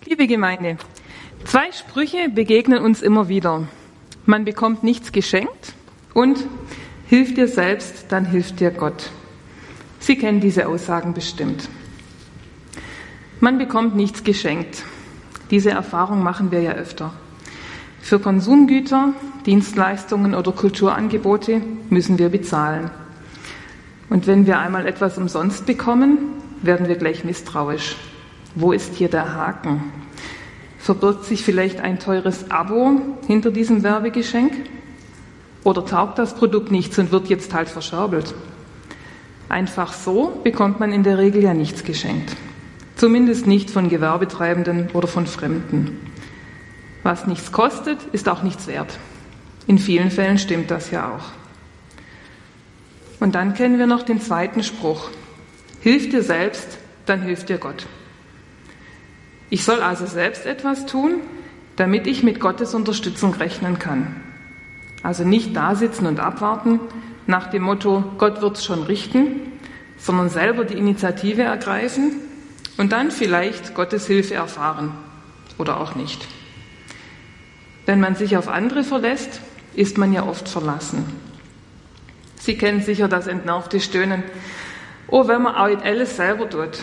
Liebe Gemeinde, 2 Sprüche begegnen uns immer wieder. Man bekommt nichts geschenkt und hilf dir selbst, dann hilft dir Gott. Sie kennen diese Aussagen bestimmt. Man bekommt nichts geschenkt. Diese Erfahrung machen wir ja öfter. Für Konsumgüter, Dienstleistungen oder Kulturangebote müssen wir bezahlen. Und wenn wir einmal etwas umsonst bekommen, werden wir gleich misstrauisch. Wo ist hier der Haken? Verbirgt sich vielleicht ein teures Abo hinter diesem Werbegeschenk? Oder taugt das Produkt nichts und wird jetzt halt verscherbelt? Einfach so bekommt man in der Regel ja nichts geschenkt. Zumindest nicht von Gewerbetreibenden oder von Fremden. Was nichts kostet, ist auch nichts wert. In vielen Fällen stimmt das ja auch. Und dann kennen wir noch den zweiten Spruch. Hilf dir selbst, dann hilft dir Gott. Ich soll also selbst etwas tun, damit ich mit Gottes Unterstützung rechnen kann. Also nicht dasitzen und abwarten nach dem Motto, Gott wird's schon richten, sondern selber die Initiative ergreifen und dann vielleicht Gottes Hilfe erfahren oder auch nicht. Wenn man sich auf andere verlässt, ist man ja oft verlassen. Sie kennen sicher das entnervte Stöhnen, oh, wenn man auch alles selber tut.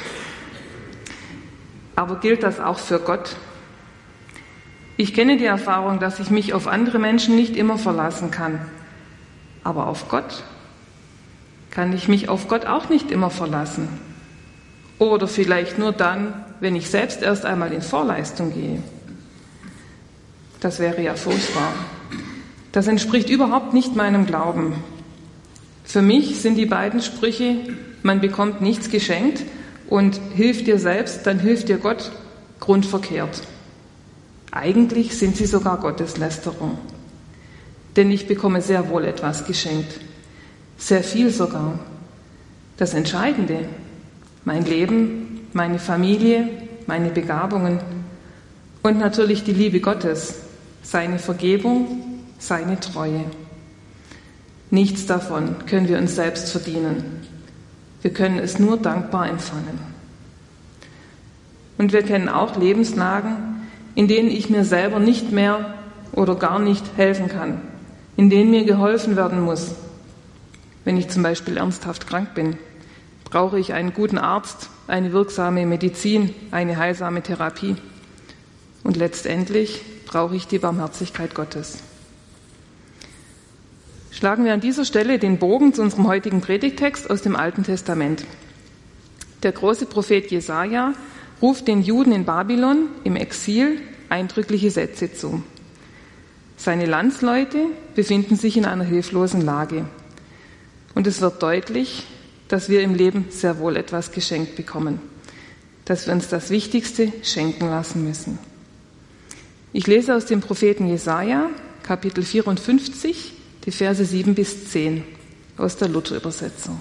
Aber gilt das auch für Gott? Ich kenne die Erfahrung, dass ich mich auf andere Menschen nicht immer verlassen kann. Aber auf Gott kann ich mich auf Gott auch nicht immer verlassen. Oder vielleicht nur dann, wenn ich selbst erst einmal in Vorleistung gehe. Das wäre ja furchtbar. Das entspricht überhaupt nicht meinem Glauben. Für mich sind die beiden Sprüche, man bekommt nichts geschenkt und hilf dir selbst, dann hilft dir Gott, grundverkehrt. Eigentlich sind sie sogar Gotteslästerung. Denn ich bekomme sehr wohl etwas geschenkt. Sehr viel sogar. Das Entscheidende, mein Leben, meine Familie, meine Begabungen und natürlich die Liebe Gottes, seine Vergebung, seine Treue. Nichts davon können wir uns selbst verdienen. Wir können es nur dankbar empfangen. Und wir kennen auch Lebenslagen, in denen ich mir selber nicht mehr oder gar nicht helfen kann, in denen mir geholfen werden muss. Wenn ich zum Beispiel ernsthaft krank bin, brauche ich einen guten Arzt, eine wirksame Medizin, eine heilsame Therapie. Und letztendlich brauche ich die Barmherzigkeit Gottes. Schlagen wir an dieser Stelle den Bogen zu unserem heutigen Predigttext aus dem Alten Testament. Der große Prophet Jesaja ruft den Juden in Babylon im Exil eindrückliche Sätze zu. Seine Landsleute befinden sich in einer hilflosen Lage. Und es wird deutlich, dass wir im Leben sehr wohl etwas geschenkt bekommen, dass wir uns das Wichtigste schenken lassen müssen. Ich lese aus dem Propheten Jesaja, Kapitel 54, die Verse 7 bis 10 aus der Luther-Übersetzung.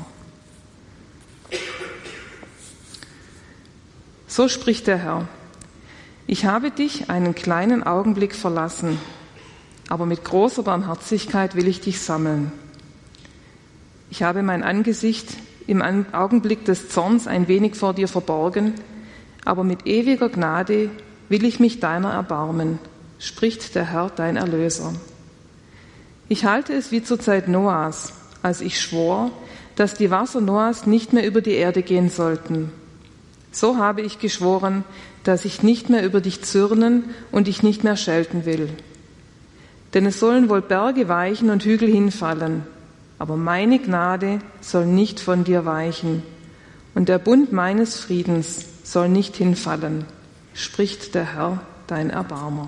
So spricht der Herr: Ich habe dich einen kleinen Augenblick verlassen, aber mit großer Barmherzigkeit will ich dich sammeln. Ich habe mein Angesicht im Augenblick des Zorns ein wenig vor dir verborgen, aber mit ewiger Gnade will ich mich deiner erbarmen, spricht der Herr, dein Erlöser. Ich halte es wie zur Zeit Noahs, als ich schwor, dass die Wasser Noahs nicht mehr über die Erde gehen sollten. So habe ich geschworen, dass ich nicht mehr über dich zürnen und dich nicht mehr schelten will. Denn es sollen wohl Berge weichen und Hügel hinfallen, aber meine Gnade soll nicht von dir weichen und der Bund meines Friedens soll nicht hinfallen, spricht der Herr, dein Erbarmer.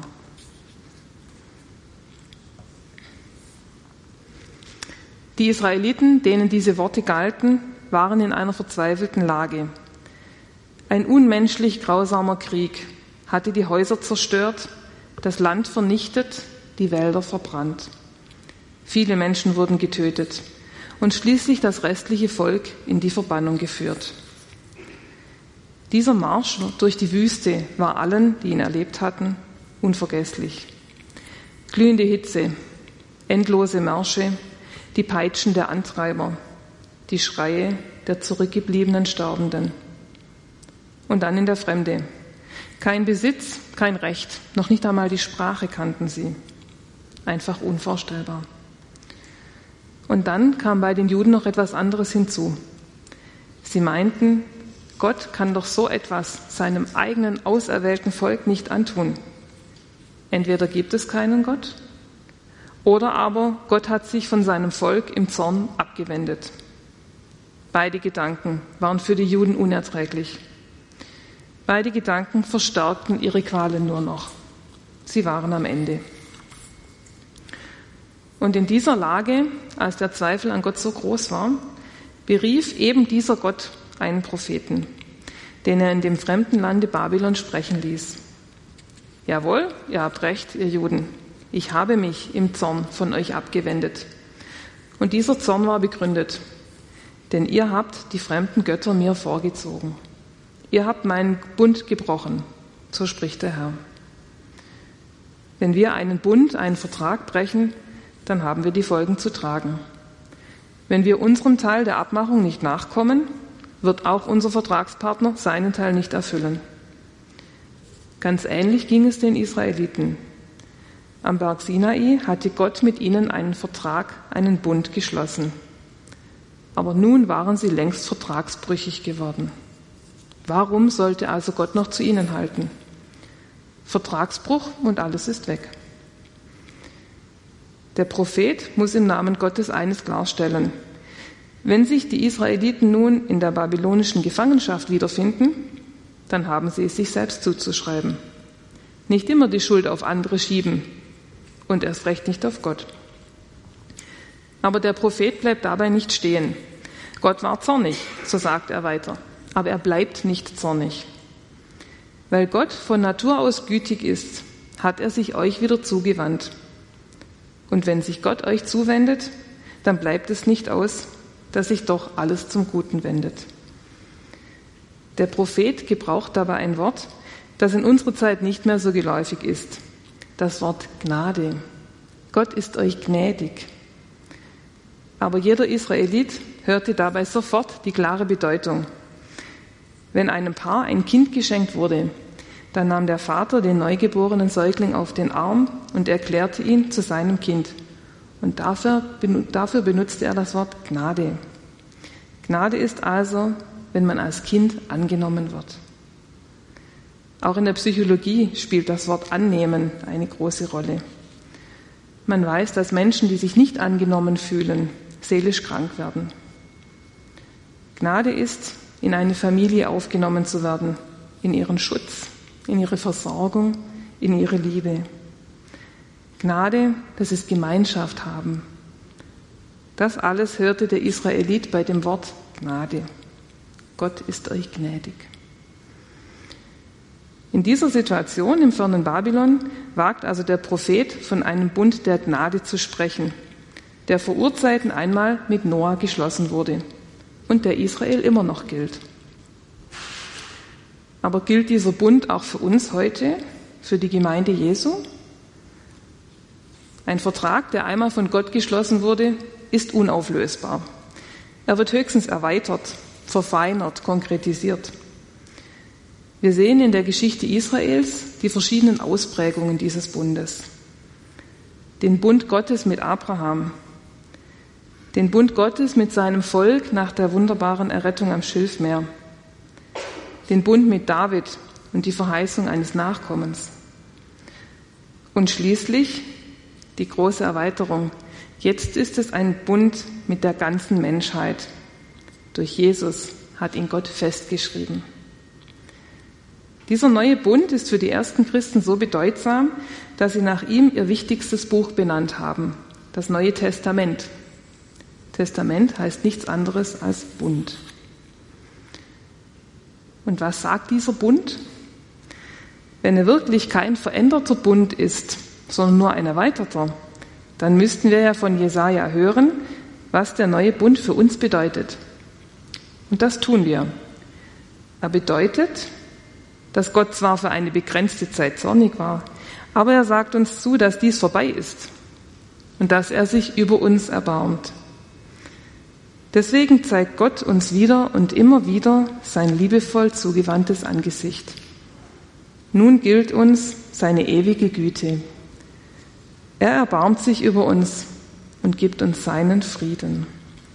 Die Israeliten, denen diese Worte galten, waren in einer verzweifelten Lage. Ein unmenschlich grausamer Krieg hatte die Häuser zerstört, das Land vernichtet, die Wälder verbrannt. Viele Menschen wurden getötet und schließlich das restliche Volk in die Verbannung geführt. Dieser Marsch durch die Wüste war allen, die ihn erlebt hatten, unvergesslich. Glühende Hitze, endlose Märsche, die Peitschen der Antreiber, die Schreie der zurückgebliebenen Sterbenden. Und dann in der Fremde. Kein Besitz, kein Recht, noch nicht einmal die Sprache kannten sie. Einfach unvorstellbar. Und dann kam bei den Juden noch etwas anderes hinzu. Sie meinten, Gott kann doch so etwas seinem eigenen auserwählten Volk nicht antun. Entweder gibt es keinen Gott, oder aber Gott hat sich von seinem Volk im Zorn abgewendet. Beide Gedanken waren für die Juden unerträglich. Beide Gedanken verstärkten ihre Qualen nur noch. Sie waren am Ende. Und in dieser Lage, als der Zweifel an Gott so groß war, berief eben dieser Gott einen Propheten, den er in dem fremden Lande Babylon sprechen ließ. Jawohl, ihr habt recht, ihr Juden, ich habe mich im Zorn von euch abgewendet. Und dieser Zorn war begründet, denn ihr habt die fremden Götter mir vorgezogen. Ihr habt meinen Bund gebrochen, so spricht der Herr. Wenn wir einen Bund, einen Vertrag brechen, dann haben wir die Folgen zu tragen. Wenn wir unserem Teil der Abmachung nicht nachkommen, wird auch unser Vertragspartner seinen Teil nicht erfüllen. Ganz ähnlich ging es den Israeliten. Am Berg Sinai hatte Gott mit ihnen einen Vertrag, einen Bund geschlossen. Aber nun waren sie längst vertragsbrüchig geworden. Warum sollte also Gott noch zu ihnen halten? Vertragsbruch und alles ist weg. Der Prophet muss im Namen Gottes eines klarstellen. Wenn sich die Israeliten nun in der babylonischen Gefangenschaft wiederfinden, dann haben sie es sich selbst zuzuschreiben. Nicht immer die Schuld auf andere schieben und erst recht nicht auf Gott. Aber der Prophet bleibt dabei nicht stehen. Gott war zornig, so sagt er weiter, aber er bleibt nicht zornig. Weil Gott von Natur aus gütig ist, hat er sich euch wieder zugewandt. Und wenn sich Gott euch zuwendet, dann bleibt es nicht aus, dass sich doch alles zum Guten wendet. Der Prophet gebraucht dabei ein Wort, das in unserer Zeit nicht mehr so geläufig ist. Das Wort Gnade. Gott ist euch gnädig. Aber jeder Israelit hörte dabei sofort die klare Bedeutung. Wenn einem Paar ein Kind geschenkt wurde, dann nahm der Vater den neugeborenen Säugling auf den Arm und erklärte ihn zu seinem Kind. Und dafür benutzte er das Wort Gnade. Gnade ist also, wenn man als Kind angenommen wird. Auch in der Psychologie spielt das Wort annehmen eine große Rolle. Man weiß, dass Menschen, die sich nicht angenommen fühlen, seelisch krank werden. Gnade ist, in eine Familie aufgenommen zu werden, in ihren Schutz, in ihre Versorgung, in ihre Liebe. Gnade, das ist Gemeinschaft haben. Das alles hörte der Israelit bei dem Wort Gnade. Gott ist euch gnädig. In dieser Situation im fernen Babylon wagt also der Prophet von einem Bund der Gnade zu sprechen, der vor Urzeiten einmal mit Noah geschlossen wurde und der Israel immer noch gilt. Aber gilt dieser Bund auch für uns heute, für die Gemeinde Jesu? Ein Vertrag, der einmal von Gott geschlossen wurde, ist unauflösbar. Er wird höchstens erweitert, verfeinert, konkretisiert. Wir sehen in der Geschichte Israels die verschiedenen Ausprägungen dieses Bundes. Den Bund Gottes mit Abraham, den Bund Gottes mit seinem Volk nach der wunderbaren Errettung am Schilfmeer, den Bund mit David und die Verheißung eines Nachkommens. Und schließlich die große Erweiterung. Jetzt ist es ein Bund mit der ganzen Menschheit. Durch Jesus hat ihn Gott festgeschrieben. Dieser neue Bund ist für die ersten Christen so bedeutsam, dass sie nach ihm ihr wichtigstes Buch benannt haben, das Neue Testament. Testament heißt nichts anderes als Bund. Und was sagt dieser Bund? Wenn er wirklich kein veränderter Bund ist, sondern nur ein erweiterter, dann müssten wir ja von Jesaja hören, was der neue Bund für uns bedeutet. Und das tun wir. Er bedeutet, dass Gott zwar für eine begrenzte Zeit zornig war, aber er sagt uns zu, dass dies vorbei ist und dass er sich über uns erbarmt. Deswegen zeigt Gott uns wieder und immer wieder sein liebevoll zugewandtes Angesicht. Nun gilt uns seine ewige Güte. Er erbarmt sich über uns und gibt uns seinen Frieden.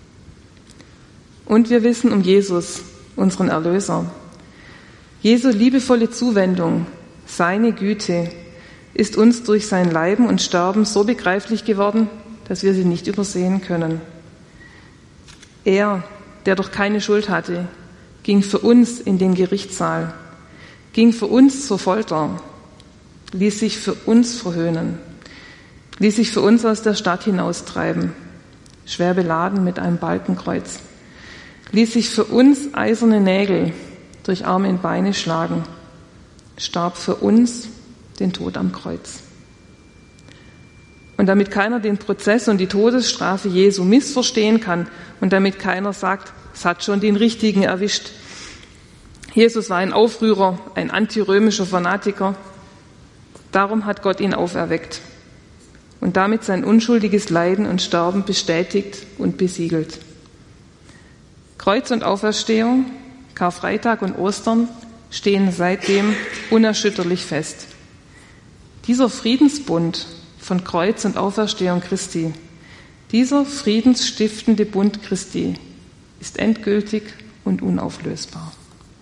Und wir wissen um Jesus, unseren Erlöser. Jesu liebevolle Zuwendung, seine Güte, ist uns durch sein Leiden und Sterben so begreiflich geworden, dass wir sie nicht übersehen können. Er, der doch keine Schuld hatte, ging für uns in den Gerichtssaal, ging für uns zur Folter, ließ sich für uns verhöhnen, ließ sich für uns aus der Stadt hinaustreiben, schwer beladen mit einem Balkenkreuz, ließ sich für uns eiserne Nägel durch Arme und Beine schlagen, starb für uns den Tod am Kreuz. Und damit keiner den Prozess und die Todesstrafe Jesu missverstehen kann und damit keiner sagt, es hat schon den Richtigen erwischt. Jesus war ein Aufrührer, ein antirömischer Fanatiker. Darum hat Gott ihn auferweckt und damit sein unschuldiges Leiden und Sterben bestätigt und besiegelt. Kreuz und Auferstehung, Karfreitag und Ostern stehen seitdem unerschütterlich fest. Dieser Friedensbund von Kreuz und Auferstehung Christi, dieser friedensstiftende Bund Christi ist endgültig und unauflösbar.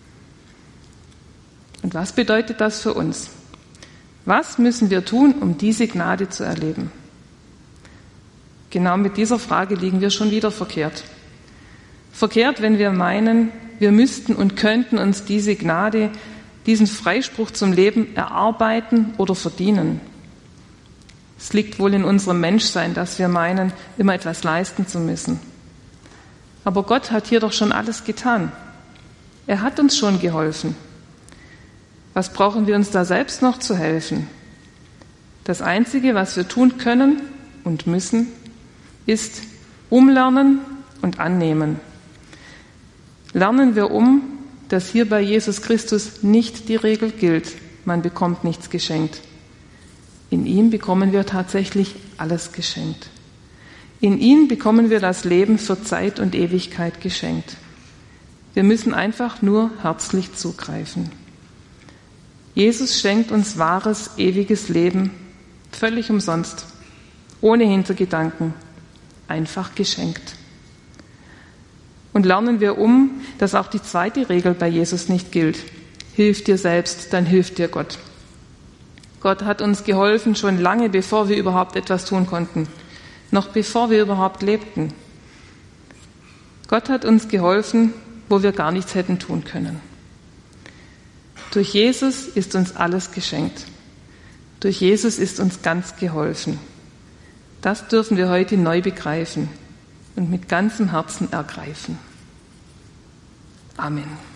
Und was bedeutet das für uns? Was müssen wir tun, um diese Gnade zu erleben? Genau mit dieser Frage liegen wir schon wieder verkehrt. Verkehrt, wenn wir meinen, wir müssten und könnten uns diese Gnade, diesen Freispruch zum Leben erarbeiten oder verdienen. Es liegt wohl in unserem Menschsein, dass wir meinen, immer etwas leisten zu müssen. Aber Gott hat hier doch schon alles getan. Er hat uns schon geholfen. Was brauchen wir uns da selbst noch zu helfen? Das Einzige, was wir tun können und müssen, ist umlernen und annehmen. Lernen wir dass hier bei Jesus Christus nicht die Regel gilt, man bekommt nichts geschenkt. In ihm bekommen wir tatsächlich alles geschenkt. In ihm bekommen wir das Leben für Zeit und Ewigkeit geschenkt. Wir müssen einfach nur herzlich zugreifen. Jesus schenkt uns wahres, ewiges Leben, völlig umsonst, ohne Hintergedanken, einfach geschenkt. Und lernen wir dass auch die zweite Regel bei Jesus nicht gilt. Hilf dir selbst, dann hilft dir Gott. Gott hat uns geholfen, schon lange bevor wir überhaupt etwas tun konnten, noch bevor wir überhaupt lebten. Gott hat uns geholfen, wo wir gar nichts hätten tun können. Durch Jesus ist uns alles geschenkt. Durch Jesus ist uns ganz geholfen. Das dürfen wir heute neu begreifen und mit ganzem Herzen ergreifen. Amen.